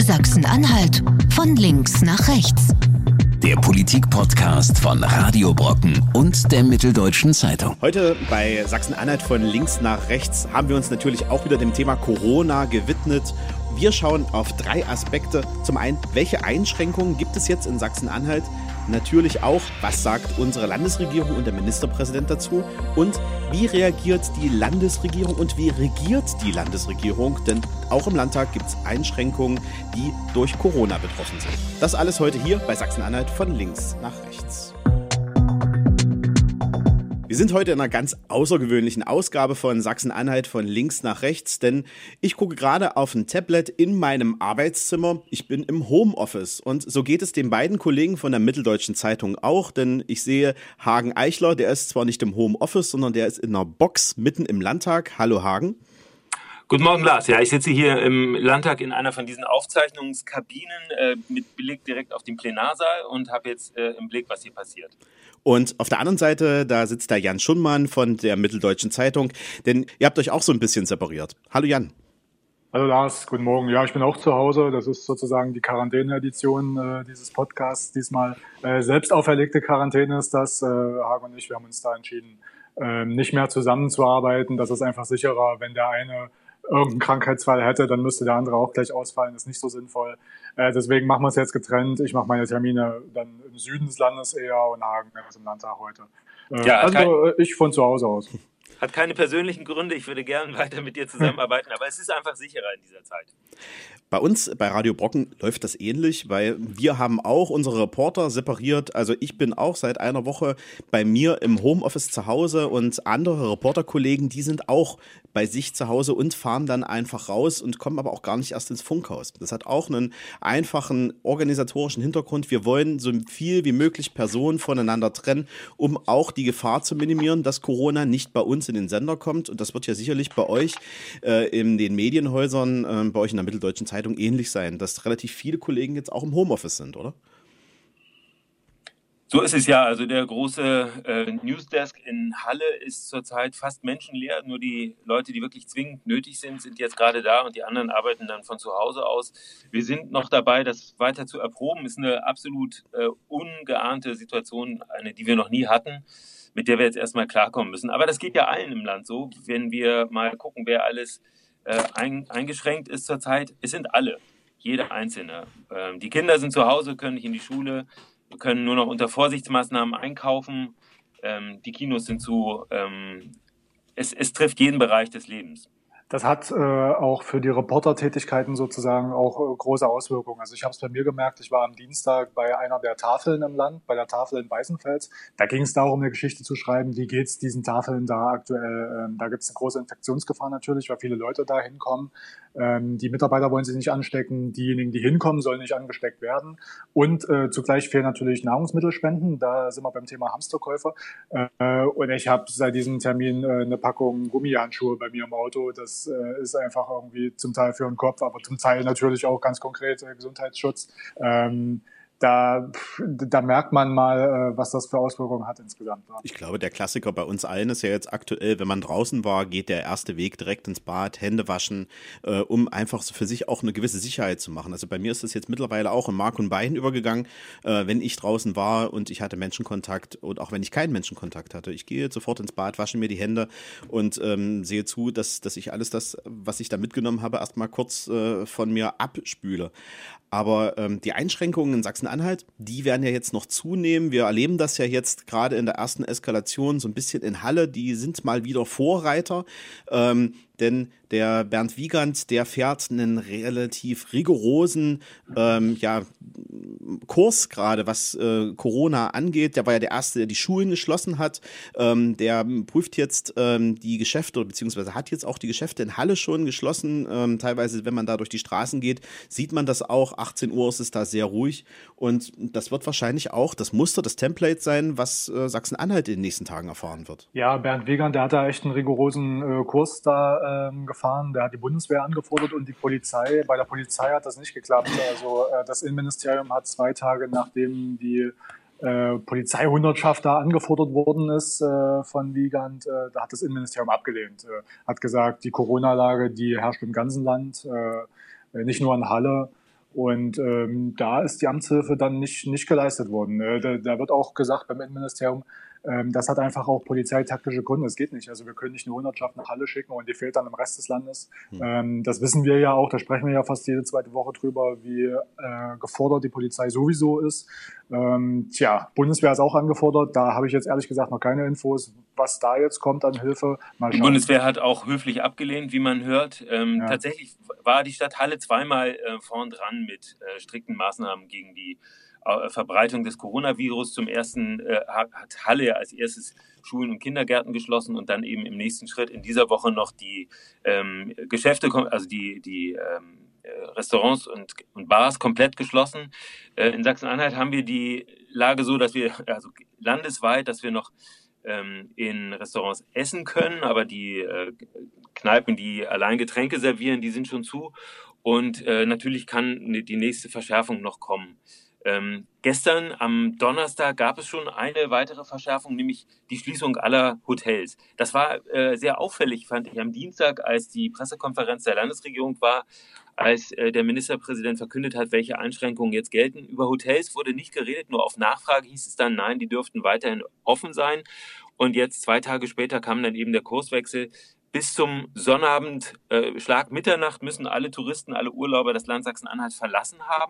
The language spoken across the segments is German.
Sachsen-Anhalt von links nach rechts. Der Politik-Podcast von Radio Brocken und der Mitteldeutschen Zeitung. Heute bei Sachsen-Anhalt von links nach rechts haben wir uns natürlich auch wieder dem Thema Corona gewidmet. Wir schauen auf 3 Aspekte. Zum einen, welche Einschränkungen gibt es jetzt in Sachsen-Anhalt? Natürlich auch, was sagt unsere Landesregierung und der Ministerpräsident dazu? Und wie reagiert die Landesregierung und wie regiert die Landesregierung? Denn auch im Landtag gibt es Einschränkungen, die durch Corona betroffen sind. Das alles heute hier bei Sachsen-Anhalt von links nach rechts. Wir sind heute in einer ganz außergewöhnlichen Ausgabe von Sachsen-Anhalt von links nach rechts, denn ich gucke gerade auf ein Tablet in meinem Arbeitszimmer. Ich bin im Homeoffice und so geht es den beiden Kollegen von der Mitteldeutschen Zeitung auch, denn ich sehe Hagen Eichler, der ist zwar nicht im Homeoffice, sondern der ist in einer Box mitten im Landtag. Hallo Hagen. Guten Morgen, Lars. Ja, ich sitze hier im Landtag in einer von diesen Aufzeichnungskabinen mit Blick direkt auf den Plenarsaal und habe jetzt im Blick, was hier passiert. Und auf der anderen Seite, da sitzt der Jan Schunmann von der Mitteldeutschen Zeitung, denn ihr habt euch auch so ein bisschen separiert. Hallo Jan. Hallo Lars, guten Morgen. Ja, ich bin auch zu Hause. Das ist sozusagen die Quarantäne-Edition dieses Podcasts. Diesmal selbst auferlegte Quarantäne ist das. Hagen und ich, wir haben uns da entschieden, nicht mehr zusammenzuarbeiten. Das ist einfach sicherer, wenn der eine irgendeinen Krankheitsfall hätte, dann müsste der andere auch gleich ausfallen. Das ist nicht so sinnvoll. Deswegen machen wir es jetzt getrennt. Ich mache meine Termine dann im Süden des Landes eher und Hagen ist im Landtag heute. Ich von zu Hause aus. Hat keine persönlichen Gründe. Ich würde gerne weiter mit dir zusammenarbeiten, aber es ist einfach sicherer in dieser Zeit. Bei uns, bei Radio Brocken, läuft das ähnlich, weil wir haben auch unsere Reporter separiert. Also ich bin auch seit einer Woche bei mir im Homeoffice zu Hause und andere Reporterkollegen, die sind auch bei sich zu Hause und fahren dann einfach raus und kommen aber auch gar nicht erst ins Funkhaus. Das hat auch einen einfachen organisatorischen Hintergrund. Wir wollen so viel wie möglich Personen voneinander trennen, um auch die Gefahr zu minimieren, dass Corona nicht bei uns in den Sender kommt. Und das wird ja sicherlich bei euch in den Medienhäusern, bei euch in der Mitteldeutschen Zeitung ähnlich sein, dass relativ viele Kollegen jetzt auch im Homeoffice sind, oder? So ist es ja. Also der große Newsdesk in Halle ist zurzeit fast menschenleer. Nur die Leute, die wirklich zwingend nötig sind, sind jetzt gerade da und die anderen arbeiten dann von zu Hause aus. Wir sind noch dabei, das weiter zu erproben. Ist eine absolut ungeahnte Situation, eine, die wir noch nie hatten, mit der wir jetzt erstmal klarkommen müssen. Aber das geht ja allen im Land so. Wenn wir mal gucken, wer alles eingeschränkt ist zurzeit, es sind alle, jeder Einzelne. Die Kinder sind zu Hause, können nicht in die Schule, wir können nur noch unter Vorsichtsmaßnahmen einkaufen, die Kinos sind zu, es trifft jeden Bereich des Lebens. Das hat auch für die Reportertätigkeiten sozusagen auch große Auswirkungen. Also ich habe es bei mir gemerkt, ich war am Dienstag bei einer der Tafeln im Land, bei der Tafel in Weißenfels. Da ging es darum, eine Geschichte zu schreiben, wie geht's diesen Tafeln da aktuell. Da gibt es eine große Infektionsgefahr natürlich, weil viele Leute da hinkommen. Die Mitarbeiter wollen sich nicht anstecken, diejenigen, die hinkommen, sollen nicht angesteckt werden. Und zugleich fehlen natürlich Nahrungsmittelspenden. Da sind wir beim Thema Hamsterkäufer. Und ich habe seit diesem Termin eine Packung Gummihandschuhe bei mir im Auto. Das ist einfach irgendwie zum Teil für den Kopf, aber zum Teil natürlich auch ganz konkret Gesundheitsschutz. Da merkt man mal, was das für Auswirkungen hat insgesamt. Ich glaube, der Klassiker bei uns allen ist ja jetzt aktuell, wenn man draußen war, geht der erste Weg direkt ins Bad, Hände waschen, um einfach so für sich auch eine gewisse Sicherheit zu machen. Also bei mir ist das jetzt mittlerweile auch in Mark und Bein übergegangen, wenn ich draußen war und ich hatte Menschenkontakt und auch wenn ich keinen Menschenkontakt hatte. Ich gehe sofort ins Bad, wasche mir die Hände und sehe zu, dass ich alles das, was ich da mitgenommen habe, erstmal kurz von mir abspüle. Aber die Einschränkungen in Sachsen-Anhalt, die werden ja jetzt noch zunehmen. Wir erleben das ja jetzt gerade in der ersten Eskalation so ein bisschen in Halle. Die sind mal wieder Vorreiter. Denn der Bernd Wiegand, der fährt einen relativ rigorosen Kurs gerade, was Corona angeht. Der war ja der Erste, der die Schulen geschlossen hat. Der prüft jetzt die Geschäfte, beziehungsweise hat jetzt auch die Geschäfte in Halle schon geschlossen. Teilweise, wenn man da durch die Straßen geht, sieht man das auch. 18 Uhr ist es da sehr ruhig. Und das wird wahrscheinlich auch das Muster, das Template sein, was Sachsen-Anhalt in den nächsten Tagen erfahren wird. Ja, Bernd Wiegand, der hat da echt einen rigorosen Kurs da gefahren. Der hat die Bundeswehr angefordert und die Polizei. Bei der Polizei hat das nicht geklappt. Also das Innenministerium hat 2 Tage, nachdem die Polizeihundertschaft da angefordert worden ist von Wiegand, da hat das Innenministerium abgelehnt. Hat gesagt, die Corona-Lage, die herrscht im ganzen Land, nicht nur in Halle. Und da ist die Amtshilfe dann nicht geleistet worden. Da wird auch gesagt beim Innenministerium, das hat einfach auch polizeitaktische Gründe. Es geht nicht. Also wir können nicht eine Hundertschaft nach Halle schicken und die fehlt dann im Rest des Landes. Das wissen wir ja auch, da sprechen wir ja fast jede zweite Woche drüber, wie gefordert die Polizei sowieso ist. Bundeswehr ist auch angefordert. Da habe ich jetzt ehrlich gesagt noch keine Infos, was da jetzt kommt an Hilfe. Mal schauen. Die Bundeswehr hat auch höflich abgelehnt, wie man hört. Tatsächlich war die Stadt Halle zweimal vorn dran mit strikten Maßnahmen gegen die Verbreitung des Coronavirus. Zum ersten hat Halle als erstes Schulen und Kindergärten geschlossen und dann eben im nächsten Schritt in dieser Woche noch die Geschäfte, also die Restaurants und Bars komplett geschlossen. In Sachsen-Anhalt haben wir die Lage so, dass wir, also landesweit, dass wir noch in Restaurants essen können, aber die Kneipen, die allein Getränke servieren, die sind schon zu. Und natürlich kann die nächste Verschärfung noch kommen. Gestern am Donnerstag gab es schon eine weitere Verschärfung, nämlich die Schließung aller Hotels. Das war sehr auffällig, fand ich, am Dienstag, als die Pressekonferenz der Landesregierung war, als der Ministerpräsident verkündet hat, welche Einschränkungen jetzt gelten. Über Hotels wurde nicht geredet, nur auf Nachfrage hieß es dann, nein, die dürften weiterhin offen sein. Und jetzt 2 Tage später kam dann eben der Kurswechsel. Bis zum Sonnabend, Schlag Mitternacht, müssen alle Touristen, alle Urlauber das Land Sachsen-Anhalt verlassen haben.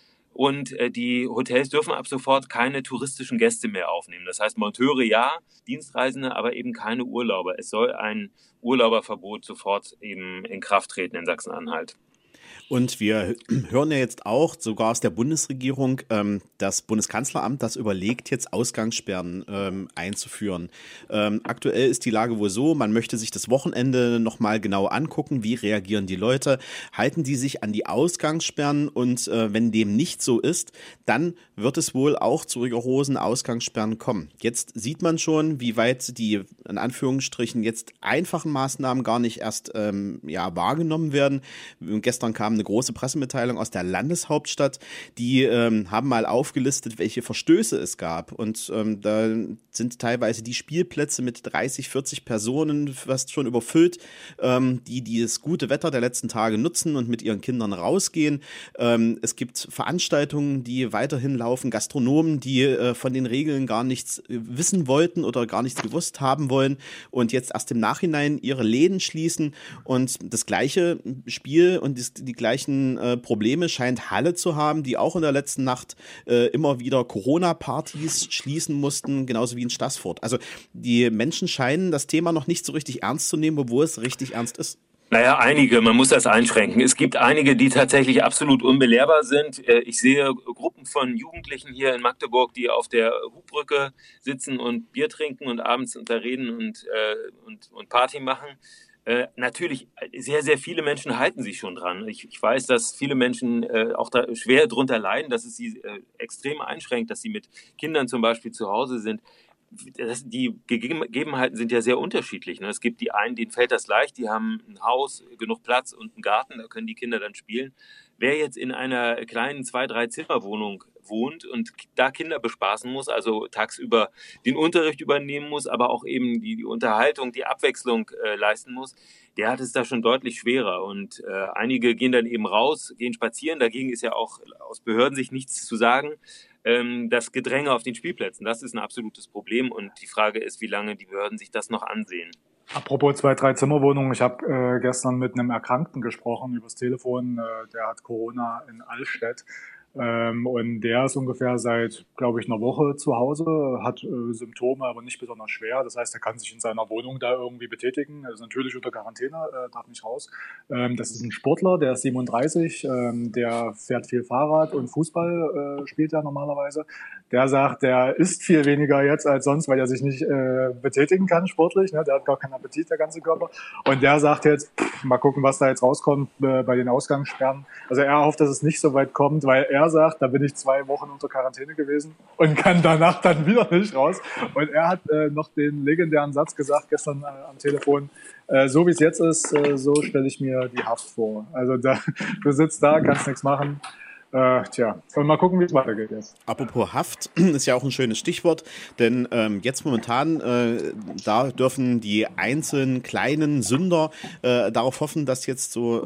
Und die Hotels dürfen ab sofort keine touristischen Gäste mehr aufnehmen. Das heißt, Monteure ja, Dienstreisende, aber eben keine Urlauber. Es soll ein Urlauberverbot sofort eben in Kraft treten in Sachsen-Anhalt. Und wir hören ja jetzt auch sogar aus der Bundesregierung, das Bundeskanzleramt, das überlegt, jetzt Ausgangssperren einzuführen. Aktuell ist die Lage wohl so, man möchte sich das Wochenende nochmal genau angucken, wie reagieren die Leute, halten die sich an die Ausgangssperren und wenn dem nicht so ist, dann wird es wohl auch zu rigorosen Ausgangssperren kommen. Jetzt sieht man schon, wie weit die, in Anführungsstrichen, jetzt einfachen Maßnahmen gar nicht erst wahrgenommen werden. Gestern kam eine große Pressemitteilung aus der Landeshauptstadt, die haben mal aufgelistet, welche Verstöße es gab und da sind teilweise die Spielplätze mit 30, 40 Personen fast schon überfüllt, die das gute Wetter der letzten Tage nutzen und mit ihren Kindern rausgehen. Es gibt Veranstaltungen, die weiterhin laufen, Gastronomen, die von den Regeln gar nichts wissen wollten oder gar nichts gewusst haben wollen und jetzt erst im Nachhinein ihre Läden schließen und das gleiche Spiel und die gleichen Probleme scheint Halle zu haben, die auch in der letzten Nacht immer wieder Corona-Partys schließen mussten, genauso wie in Staßfurt. Also die Menschen scheinen das Thema noch nicht so richtig ernst zu nehmen, obwohl es richtig ernst ist. Naja, einige, man muss das einschränken. Es gibt einige, die tatsächlich absolut unbelehrbar sind. Ich sehe Gruppen von Jugendlichen hier in Magdeburg, die auf der Hubbrücke sitzen und Bier trinken und abends da reden und Party machen. Natürlich, sehr, sehr viele Menschen halten sich schon dran. Ich weiß, dass viele Menschen auch da schwer drunter leiden, dass es sie extrem einschränkt, dass sie mit Kindern zum Beispiel zu Hause sind. Die Gegebenheiten sind ja sehr unterschiedlich. Es gibt die einen, denen fällt das leicht, die haben ein Haus, genug Platz und einen Garten, da können die Kinder dann spielen. Wer jetzt in einer kleinen 2-3-Zimmer-Wohnung wohnt und da Kinder bespaßen muss, also tagsüber den Unterricht übernehmen muss, aber auch eben die Unterhaltung, die Abwechslung leisten muss, der hat es da schon deutlich schwerer. Und einige gehen dann eben raus, gehen spazieren, dagegen ist ja auch aus Behördensicht nichts zu sagen. Das Gedränge auf den Spielplätzen, das ist ein absolutes Problem und die Frage ist, wie lange die Behörden sich das noch ansehen. Apropos 2-3-Zimmerwohnungen, ich habe gestern mit einem Erkrankten gesprochen übers Telefon, der hat Corona in Allstedt. Und der ist ungefähr seit, glaube ich, einer Woche zu Hause, hat Symptome, aber nicht besonders schwer. Das heißt, er kann sich in seiner Wohnung da irgendwie betätigen. Er ist natürlich unter Quarantäne, darf nicht raus. Das ist ein Sportler, der ist 37, der fährt viel Fahrrad und Fußball spielt er normalerweise. Der sagt, der isst viel weniger jetzt als sonst, weil er sich nicht betätigen kann sportlich. Ne? Der hat gar keinen Appetit, der ganze Körper. Und der sagt jetzt, mal gucken, was da jetzt rauskommt bei den Ausgangssperren. Also er hofft, dass es nicht so weit kommt, weil er sagt, da bin ich 2 Wochen unter Quarantäne gewesen und kann danach dann wieder nicht raus. Und er hat noch den legendären Satz gesagt gestern am Telefon, so wie es jetzt ist, so stelle ich mir die Haft vor. Also du sitzt da, kannst nichts machen. Mal gucken, wie es weitergeht jetzt. Apropos Haft ist ja auch ein schönes Stichwort, denn jetzt momentan, da dürfen die einzelnen kleinen Sünder darauf hoffen, dass jetzt so,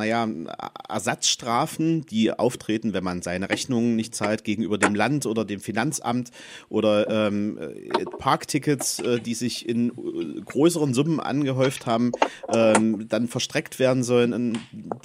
Ersatzstrafen, die auftreten, wenn man seine Rechnungen nicht zahlt gegenüber dem Land oder dem Finanzamt oder Parktickets, die sich in größeren Summen angehäuft haben, dann verstreckt werden sollen.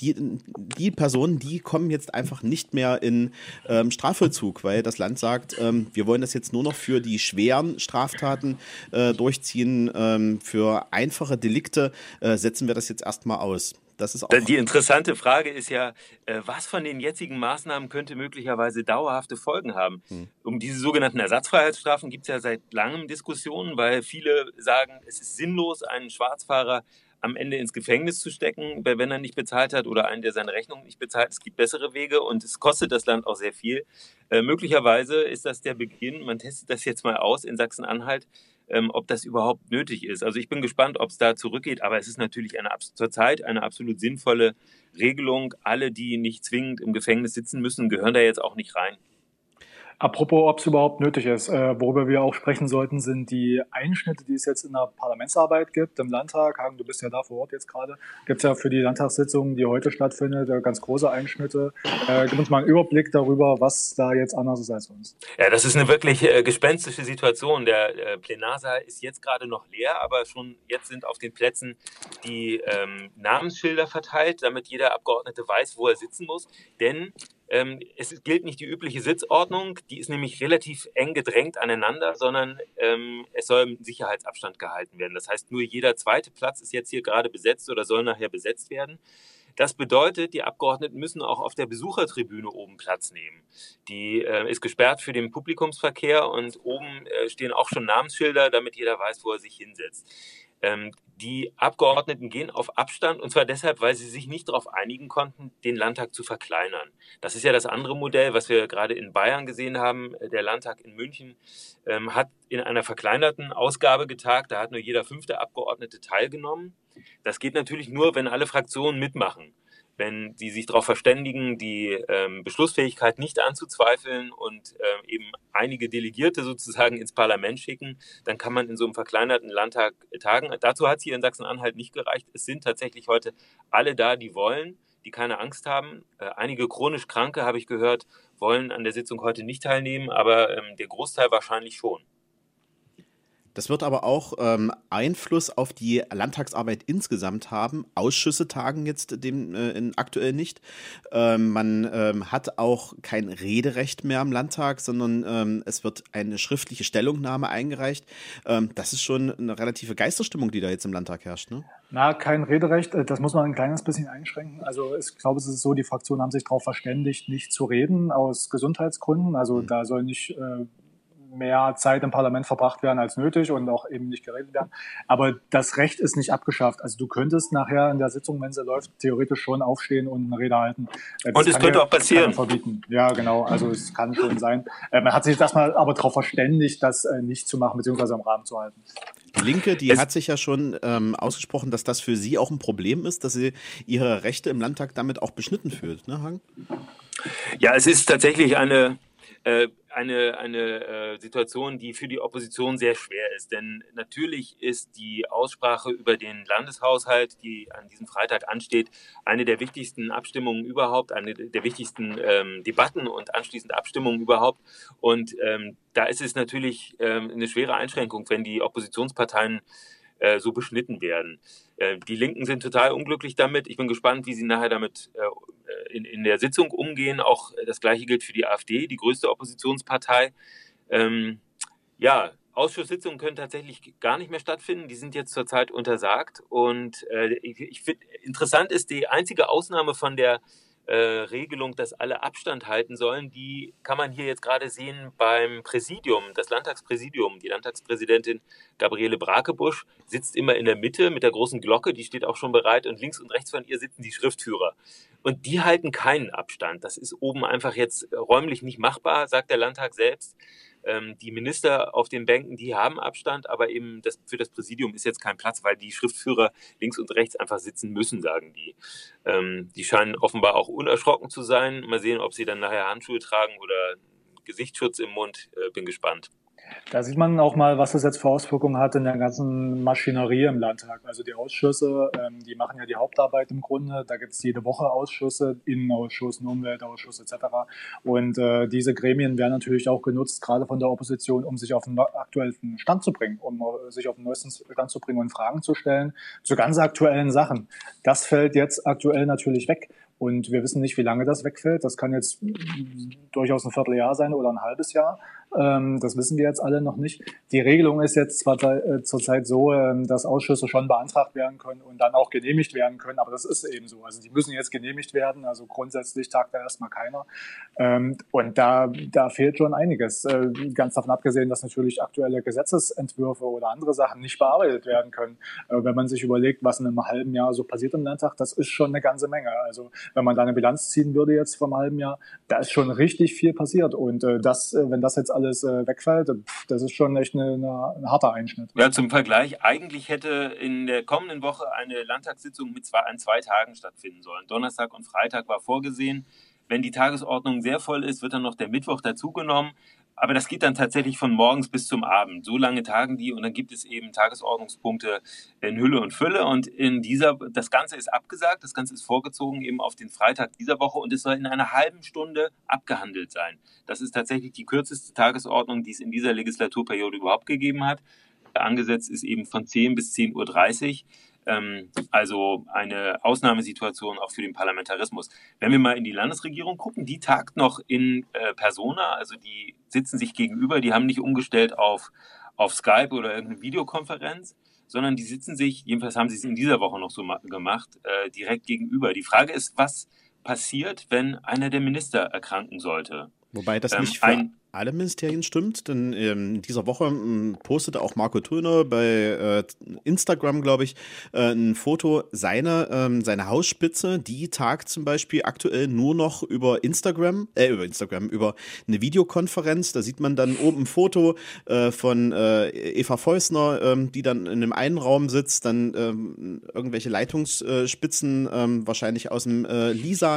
Die Personen, die kommen jetzt einfach nicht mehr in Strafvollzug, weil das Land sagt, wir wollen das jetzt nur noch für die schweren Straftaten durchziehen. Für einfache Delikte setzen wir das jetzt erstmal aus. Das ist auch Die interessante Frage ist ja, was von den jetzigen Maßnahmen könnte möglicherweise dauerhafte Folgen haben? Um diese sogenannten Ersatzfreiheitsstrafen gibt es ja seit langem Diskussionen, weil viele sagen, es ist sinnlos, einen Schwarzfahrer am Ende ins Gefängnis zu stecken, wenn er nicht bezahlt hat, oder einen, der seine Rechnung nicht bezahlt. Es gibt bessere Wege und es kostet das Land auch sehr viel. Möglicherweise ist das der Beginn, man testet das jetzt mal aus in Sachsen-Anhalt, ob das überhaupt nötig ist. Also ich bin gespannt, ob es da zurückgeht, aber es ist natürlich zurzeit eine absolut sinnvolle Regelung. Alle, die nicht zwingend im Gefängnis sitzen müssen, gehören da jetzt auch nicht rein. Apropos, ob es überhaupt nötig ist, worüber wir auch sprechen sollten, sind die Einschnitte, die es jetzt in der Parlamentsarbeit gibt im Landtag. Hagen, du bist ja da vor Ort jetzt gerade. Gibt es ja für die Landtagssitzung, die heute stattfindet, ganz große Einschnitte. Gib uns mal einen Überblick darüber, was da jetzt anders ist als sonst. Ja, das ist eine wirklich gespenstische Situation. Der Plenarsaal ist jetzt gerade noch leer, aber schon jetzt sind auf den Plätzen die Namensschilder verteilt, damit jeder Abgeordnete weiß, wo er sitzen muss. Denn es gilt nicht die übliche Sitzordnung, die ist nämlich relativ eng gedrängt aneinander, sondern es soll im Sicherheitsabstand gehalten werden. Das heißt, nur jeder zweite Platz ist jetzt hier gerade besetzt oder soll nachher besetzt werden. Das bedeutet, die Abgeordneten müssen auch auf der Besuchertribüne oben Platz nehmen. Die ist gesperrt für den Publikumsverkehr und oben stehen auch schon Namensschilder, damit jeder weiß, wo er sich hinsetzt. Die Abgeordneten gehen auf Abstand, und zwar deshalb, weil sie sich nicht darauf einigen konnten, den Landtag zu verkleinern. Das ist ja das andere Modell, was wir gerade in Bayern gesehen haben. Der Landtag in München hat in einer verkleinerten Ausgabe getagt. Da hat nur jeder 5. Abgeordnete teilgenommen. Das geht natürlich nur, wenn alle Fraktionen mitmachen. Wenn sie sich darauf verständigen, die Beschlussfähigkeit nicht anzuzweifeln und eben einige Delegierte sozusagen ins Parlament schicken, dann kann man in so einem verkleinerten Landtag tagen. Dazu hat es hier in Sachsen-Anhalt nicht gereicht. Es sind tatsächlich heute alle da, die wollen, die keine Angst haben. Einige chronisch Kranke, habe ich gehört, wollen an der Sitzung heute nicht teilnehmen, aber der Großteil wahrscheinlich schon. Das wird aber auch Einfluss auf die Landtagsarbeit insgesamt haben. Ausschüsse tagen jetzt aktuell nicht. Man hat auch kein Rederecht mehr im Landtag, sondern es wird eine schriftliche Stellungnahme eingereicht. Das ist schon eine relative Geisterstimmung, die da jetzt im Landtag herrscht, ne? Na, kein Rederecht, das muss man ein kleines bisschen einschränken. Also ich glaube, es ist so, die Fraktionen haben sich darauf verständigt, nicht zu reden aus Gesundheitsgründen. Also da soll nicht mehr Zeit im Parlament verbracht werden als nötig und auch eben nicht geredet werden. Aber das Recht ist nicht abgeschafft. Also du könntest nachher in der Sitzung, wenn sie läuft, theoretisch schon aufstehen und eine Rede halten. Und es könnte auch passieren. Verbieten. Ja, genau. Also es kann schon sein. Man hat sich jetzt erstmal aber darauf verständigt, das nicht zu machen, beziehungsweise im Rahmen zu halten. Die Linke, die hat sich ja schon ausgesprochen, dass das für sie auch ein Problem ist, dass sie ihre Rechte im Landtag damit auch beschnitten fühlt, ne, Hagen? Ja, es ist tatsächlich eine Situation, die für die Opposition sehr schwer ist. Denn natürlich ist die Aussprache über den Landeshaushalt, die an diesem Freitag ansteht, eine der wichtigsten Abstimmungen überhaupt, eine der wichtigsten Debatten und anschließend Abstimmungen überhaupt. Und da ist es natürlich eine schwere Einschränkung, wenn die Oppositionsparteien so beschnitten werden. Die Linken sind total unglücklich damit. Ich bin gespannt, wie sie nachher damit in der Sitzung umgehen. Auch das Gleiche gilt für die AfD, die größte Oppositionspartei. Ausschusssitzungen können tatsächlich gar nicht mehr stattfinden. Die sind jetzt zurzeit untersagt. Und ich finde, interessant ist, die einzige Ausnahme von der Regelung, dass alle Abstand halten sollen, die kann man hier jetzt gerade sehen beim Präsidium, das Landtagspräsidium. Die Landtagspräsidentin Gabriele Brakebusch sitzt immer in der Mitte mit der großen Glocke, die steht auch schon bereit, und links und rechts von ihr sitzen die Schriftführer. Und die halten keinen Abstand. Das ist oben einfach jetzt räumlich nicht machbar, sagt der Landtag selbst. Die Minister auf den Bänken, die haben Abstand, aber eben für das Präsidium ist jetzt kein Platz, weil die Schriftführer links und rechts einfach sitzen müssen, sagen die. Die scheinen offenbar auch unerschrocken zu sein. Mal sehen, ob sie dann nachher Handschuhe tragen oder Gesichtsschutz im Mund. Bin gespannt. Da sieht man auch mal, was das jetzt für Auswirkungen hat in der ganzen Maschinerie im Landtag. Also die Ausschüsse, die machen ja die Hauptarbeit im Grunde. Da gibt es jede Woche Ausschüsse, Innenausschuss, Umweltausschuss etc. Und diese Gremien werden natürlich auch genutzt, gerade von der Opposition, um sich auf den aktuellen Stand zu bringen, um sich auf den neuesten Stand zu bringen und Fragen zu stellen zu ganz aktuellen Sachen. Das fällt jetzt aktuell natürlich weg. Und wir wissen nicht, wie lange das wegfällt. Das kann jetzt durchaus ein Vierteljahr sein oder ein halbes Jahr. Das wissen wir jetzt alle noch nicht. Die Regelung ist jetzt zwar zurzeit so, dass Ausschüsse schon beantragt werden können und dann auch genehmigt werden können, aber das ist eben so. Also die müssen jetzt genehmigt werden, also grundsätzlich tagt da erstmal keiner. Und da fehlt schon einiges. Ganz davon abgesehen, dass natürlich aktuelle Gesetzesentwürfe oder andere Sachen nicht bearbeitet werden können. Wenn man sich überlegt, was in einem halben Jahr so passiert im Landtag, das ist schon eine ganze Menge. Also wenn man da eine Bilanz ziehen würde jetzt vom halben Jahr, da ist schon richtig viel passiert. Und wenn das jetzt alles wegfällt, das ist schon echt ein harter Einschnitt. Ja, zum Vergleich, eigentlich hätte in der kommenden Woche eine Landtagssitzung an 2 Tagen stattfinden sollen. Donnerstag und Freitag war vorgesehen. Wenn die Tagesordnung sehr voll ist, wird dann noch der Mittwoch dazugenommen. Aber das geht dann tatsächlich von morgens bis zum Abend. So lange tagen die und dann gibt es eben Tagesordnungspunkte in Hülle und Fülle. Und das Ganze ist abgesagt, das Ganze ist vorgezogen eben auf den Freitag dieser Woche und es soll in einer halben Stunde abgehandelt sein. Das ist tatsächlich die kürzeste Tagesordnung, die es in dieser Legislaturperiode überhaupt gegeben hat. Angesetzt ist eben von 10 bis 10.30 Uhr. Also eine Ausnahmesituation auch für den Parlamentarismus. Wenn wir mal in die Landesregierung gucken, die tagt noch in Persona, also die sitzen sich gegenüber, die haben nicht umgestellt auf Skype oder irgendeine Videokonferenz, sondern die sitzen sich, jedenfalls haben sie es in dieser Woche noch so gemacht, direkt gegenüber. Die Frage ist, was passiert, wenn einer der Minister erkranken sollte? Wobei das nicht für alle Ministerien stimmt, denn in dieser Woche postete auch Marco Thüner bei Instagram, glaube ich, ein Foto seine Hausspitze, die tagt zum Beispiel aktuell nur noch über eine Videokonferenz. Da sieht man dann oben ein Foto von Eva Feusner, die dann in einem einen Raum sitzt, dann irgendwelche Leitungsspitzen, wahrscheinlich aus dem LISA,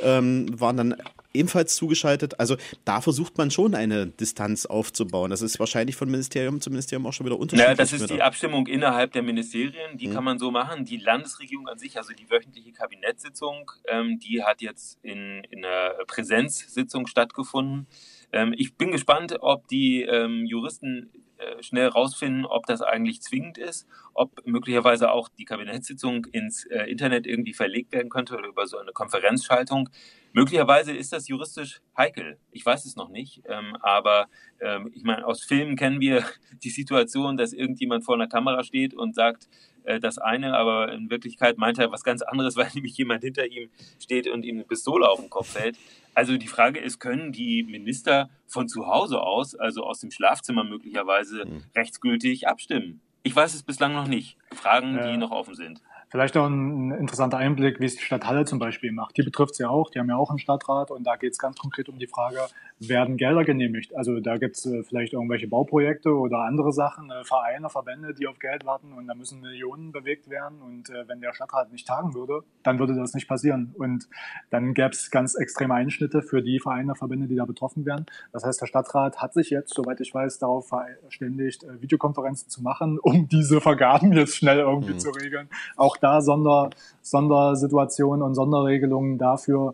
waren dann ebenfalls zugeschaltet. Also da versucht man schon eine Distanz aufzubauen. Das ist wahrscheinlich von Ministerium zu Ministerium auch schon wieder unterschiedlich. Ja, das ist die Abstimmung innerhalb der Ministerien. Die kann man so machen. Die Landesregierung an sich, also die wöchentliche Kabinettssitzung, die hat jetzt in einer Präsenzsitzung stattgefunden. Ich bin gespannt, ob die Juristen schnell rausfinden, ob das eigentlich zwingend ist, ob möglicherweise auch die Kabinettssitzung ins Internet irgendwie verlegt werden könnte oder über so eine Konferenzschaltung. Möglicherweise ist das juristisch heikel. Ich weiß es noch nicht, aber ich meine, aus Filmen kennen wir die Situation, dass irgendjemand vor einer Kamera steht und sagt das eine, aber in Wirklichkeit meint er was ganz anderes, weil nämlich jemand hinter ihm steht und ihm eine Pistole auf den Kopf hält. Also die Frage ist, können die Minister von zu Hause aus, also aus dem Schlafzimmer möglicherweise, rechtsgültig abstimmen? Ich weiß es bislang noch nicht. Fragen, die noch offen sind. Vielleicht noch ein interessanter Einblick, wie es die Stadt Halle zum Beispiel macht. Die betrifft es ja auch, die haben ja auch einen Stadtrat und da geht es ganz konkret um die Frage, werden Gelder genehmigt? Also da gibt es vielleicht irgendwelche Bauprojekte oder andere Sachen, Vereine, Verbände, die auf Geld warten und da müssen Millionen bewegt werden und wenn der Stadtrat nicht tagen würde, dann würde das nicht passieren und dann gäbe es ganz extreme Einschnitte für die Vereine, Verbände, die da betroffen wären. Das heißt, der Stadtrat hat sich jetzt, soweit ich weiß, darauf verständigt, Videokonferenzen zu machen, um diese Vergaben jetzt schnell irgendwie zu regeln. Auch da Sondersituationen und Sonderregelungen dafür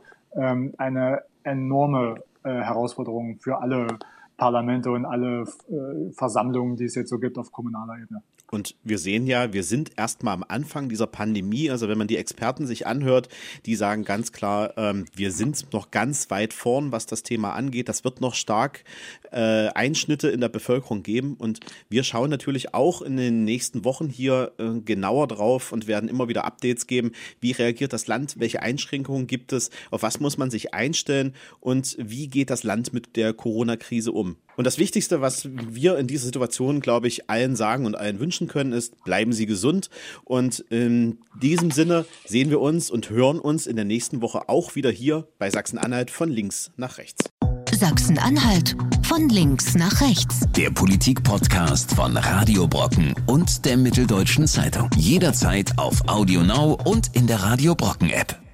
eine enorme Herausforderung für alle Parlamente und alle Versammlungen, die es jetzt so gibt auf kommunaler Ebene. Und wir sehen ja, wir sind erstmal am Anfang dieser Pandemie. Also wenn man die Experten sich anhört, die sagen ganz klar, wir sind noch ganz weit vorn, was das Thema angeht. Das wird noch stark Einschnitte in der Bevölkerung geben. Und wir schauen natürlich auch in den nächsten Wochen hier genauer drauf und werden immer wieder Updates geben. Wie reagiert das Land? Welche Einschränkungen gibt es? Auf was muss man sich einstellen? Und wie geht das Land mit der Corona-Krise um? Und das Wichtigste, was wir in dieser Situation, glaube ich, allen sagen und allen wünschen können, ist, bleiben Sie gesund. Und in diesem Sinne sehen wir uns und hören uns in der nächsten Woche auch wieder hier bei Sachsen-Anhalt von links nach rechts. Sachsen-Anhalt Von links nach rechts. Der Politik-Podcast von Radio Brocken und der Mitteldeutschen Zeitung. Jederzeit auf Audio Now und in der Radio Brocken App.